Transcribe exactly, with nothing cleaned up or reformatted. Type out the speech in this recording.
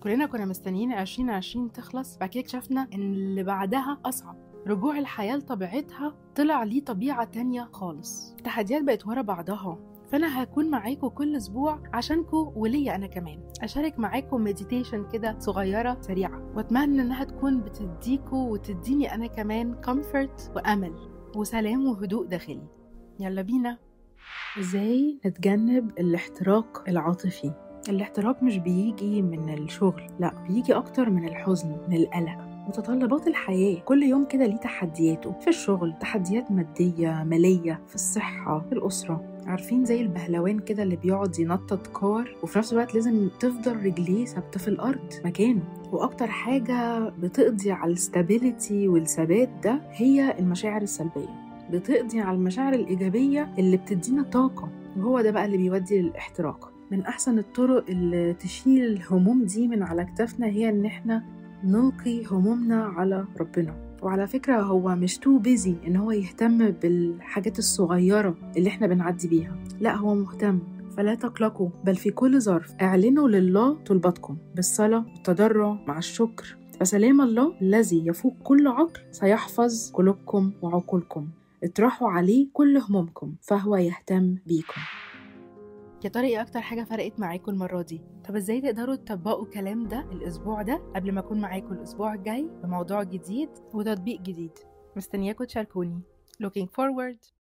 كلنا كنا مستنيين عشرين عشرين تخلص، بعد كده اكتشفنا ان اللي بعدها اصعب. رجوع الحياة لطبيعتها طلع ليه طبيعة تانية خالص. التحديات بقت ورا بعضها، فانا هكون معاكم كل اسبوع عشانكم وليا انا كمان، اشارك معاكم مديتيشن كده صغيرة سريعة، واتمنى انها تكون بتديكم وتديني انا كمان كومفورت وامل وسلام وهدوء داخلي. يلا بينا. ازاي نتجنب الاحتراق العاطفي؟ الاحتراق مش بيجي من الشغل، لا، بيجي اكتر من الحزن، من القلق. متطلبات الحياة كل يوم كده ليه تحدياته، في الشغل تحديات مادية مالية، في الصحة، في الأسرة. عارفين زي البهلوان كده اللي بيقعد ينطط كور وفي نفس الوقت لازم تفضل رجليه ثابتة في الأرض مكانه. وأكتر حاجة بتقضي على الستابيليتي والثبات ده هي المشاعر السلبية، بتقضي على المشاعر الإيجابية اللي بتدينا طاقة، وهو ده بقى اللي بيودي للاحتراق. من أحسن الطرق اللي تشيل الهموم دي من على كتافنا هي إن إحنا نلقي همومنا على ربنا. وعلى فكرة هو مش تو بيزي إن هو يهتم بالحاجات الصغيرة اللي إحنا بنعدي بيها، لا، هو مهتم. فلا تقلقوا، بل في كل ظرف اعلنوا لله طلباتكم بالصلاة والتضرع مع الشكر، فسلام الله الذي يفوق كل عقل سيحفظ قلوبكم وعقولكم. اطرحوا عليه كل همومكم فهو يهتم بيكم. يا ترى ايه اكتر حاجه فرقت معاكم المره دي؟ طب ازاي تقدروا تطبقوا الكلام ده الاسبوع ده قبل ما اكون معاكم الاسبوع الجاي بموضوع جديد وتطبيق جديد؟ مستنياكم تشاركوني. looking forward.